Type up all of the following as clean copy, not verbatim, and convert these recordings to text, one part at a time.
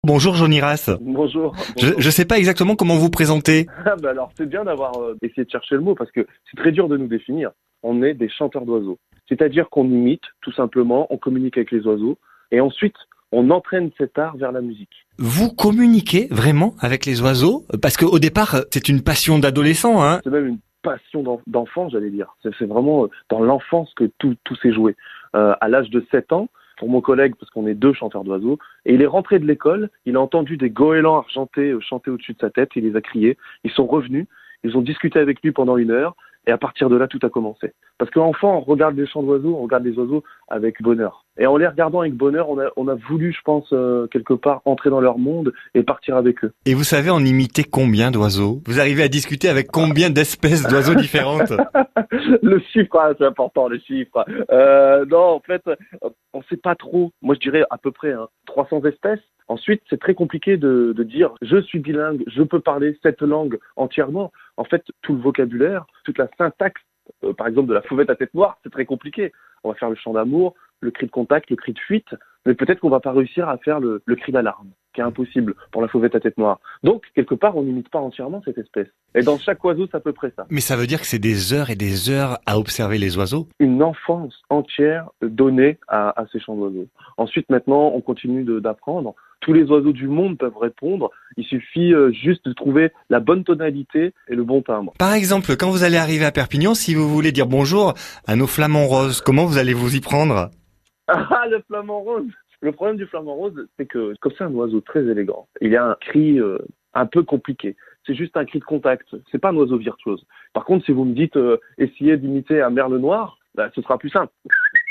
Bonjour Joniras. Bonjour. Je sais pas exactement comment vous présenter. Alors c'est bien d'avoir essayé de chercher le mot parce que c'est très dur de nous définir. On est des chanteurs d'oiseaux. C'est-à-dire qu'on imite, tout simplement, on communique avec les oiseaux et ensuite on entraîne cet art vers la musique. Vous communiquez vraiment avec les oiseaux? Parce qu'au départ, c'est une passion d'adolescent, hein? C'est même une passion d'enfant, j'allais dire. C'est vraiment dans l'enfance que tout s'est joué. À l'âge de 7 ans, pour mon collègue, parce qu'on est deux chanteurs d'oiseaux, et il est rentré de l'école, il a entendu des goélands argentés chanter au-dessus de sa tête, il les a criés, ils sont revenus, ils ont discuté avec lui pendant 1 heure, et à partir de là, tout a commencé. Parce qu'enfant, on regarde les chants d'oiseaux, on regarde les oiseaux avec bonheur. Et en les regardant avec bonheur, on a voulu, je pense, quelque part, entrer dans leur monde et partir avec eux. Et vous savez en imiter combien d'oiseaux? Vous arrivez à discuter avec combien d'espèces d'oiseaux différentes? Le chiffre, c'est important, le chiffre. Non, en fait, on sait pas trop. Moi, je dirais à peu près 300 espèces. Ensuite, c'est très compliqué de dire je suis bilingue, je peux parler cette langue entièrement. En fait, tout le vocabulaire, toute la syntaxe, par exemple de la fauvette à tête noire, c'est très compliqué. On va faire le chant d'amour, le cri de contact, le cri de fuite, mais peut-être qu'on va pas réussir à faire le cri d'alarme, qui est impossible pour la fauvette à tête noire. Donc, quelque part, on n'imite pas entièrement cette espèce. Et dans chaque oiseau, c'est à peu près ça. Mais ça veut dire que c'est des heures et des heures à observer les oiseaux? Une enfance entière donnée à ces chants d'oiseaux. Ensuite, maintenant, on continue d'apprendre. Tous les oiseaux du monde peuvent répondre. Il suffit juste de trouver la bonne tonalité et le bon timbre. Par exemple, quand vous allez arriver à Perpignan, si vous voulez dire bonjour à nos flamants roses, comment vous allez vous y prendre? Ah, le flamant rose! Le problème du flamant rose, c'est que, comme c'est un oiseau très élégant, il a un cri un peu compliqué. C'est juste un cri de contact. C'est pas un oiseau virtuose. Par contre, si vous me dites essayez d'imiter un merle noir, ce sera plus simple.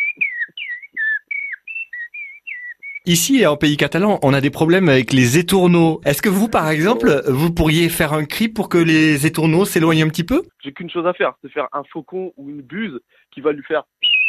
Ici, en pays catalan, on a des problèmes avec les étourneaux. Est-ce que vous, par exemple, vous pourriez faire un cri pour que les étourneaux s'éloignent un petit peu? J'ai qu'une chose à faire, c'est faire un faucon ou une buse qui va lui faire...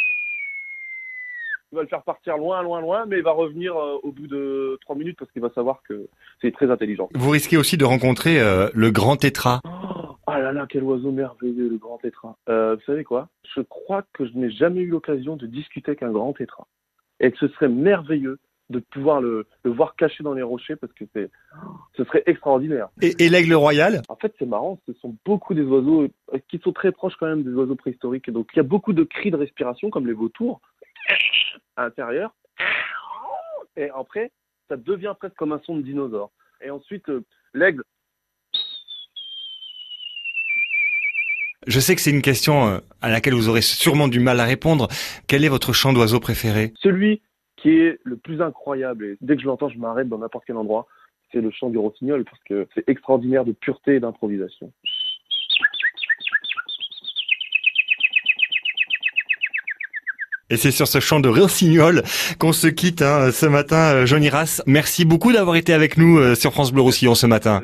Il va le faire partir loin, loin, loin, mais il va revenir au bout de 3 minutes parce qu'il va savoir que c'est très intelligent. Vous risquez aussi de rencontrer le grand tétra. Ah là là, quel oiseau merveilleux, le grand tétra. Vous savez quoi? Je crois que je n'ai jamais eu l'occasion de discuter avec un grand tétra. Et que ce serait merveilleux de pouvoir le voir caché dans les rochers parce que ce serait extraordinaire. Et l'aigle royal? En fait, c'est marrant, ce sont beaucoup des oiseaux qui sont très proches quand même des oiseaux préhistoriques. Donc, il y a beaucoup de cris de respiration comme les vautours à l'intérieur. Et après, ça devient presque comme un son de dinosaure. Et ensuite, l'aigle. Je sais que c'est une question à laquelle vous aurez sûrement du mal à répondre. Quel est votre chant d'oiseau préféré? Celui qui est le plus incroyable, et dès que je l'entends, je m'arrête dans n'importe quel endroit, c'est le chant du rossignol, parce que c'est extraordinaire de pureté et d'improvisation. Et c'est sur ce chant de rossignol qu'on se quitte ce matin, Joniras. Merci beaucoup d'avoir été avec nous sur France Bleu Roussillon ce matin.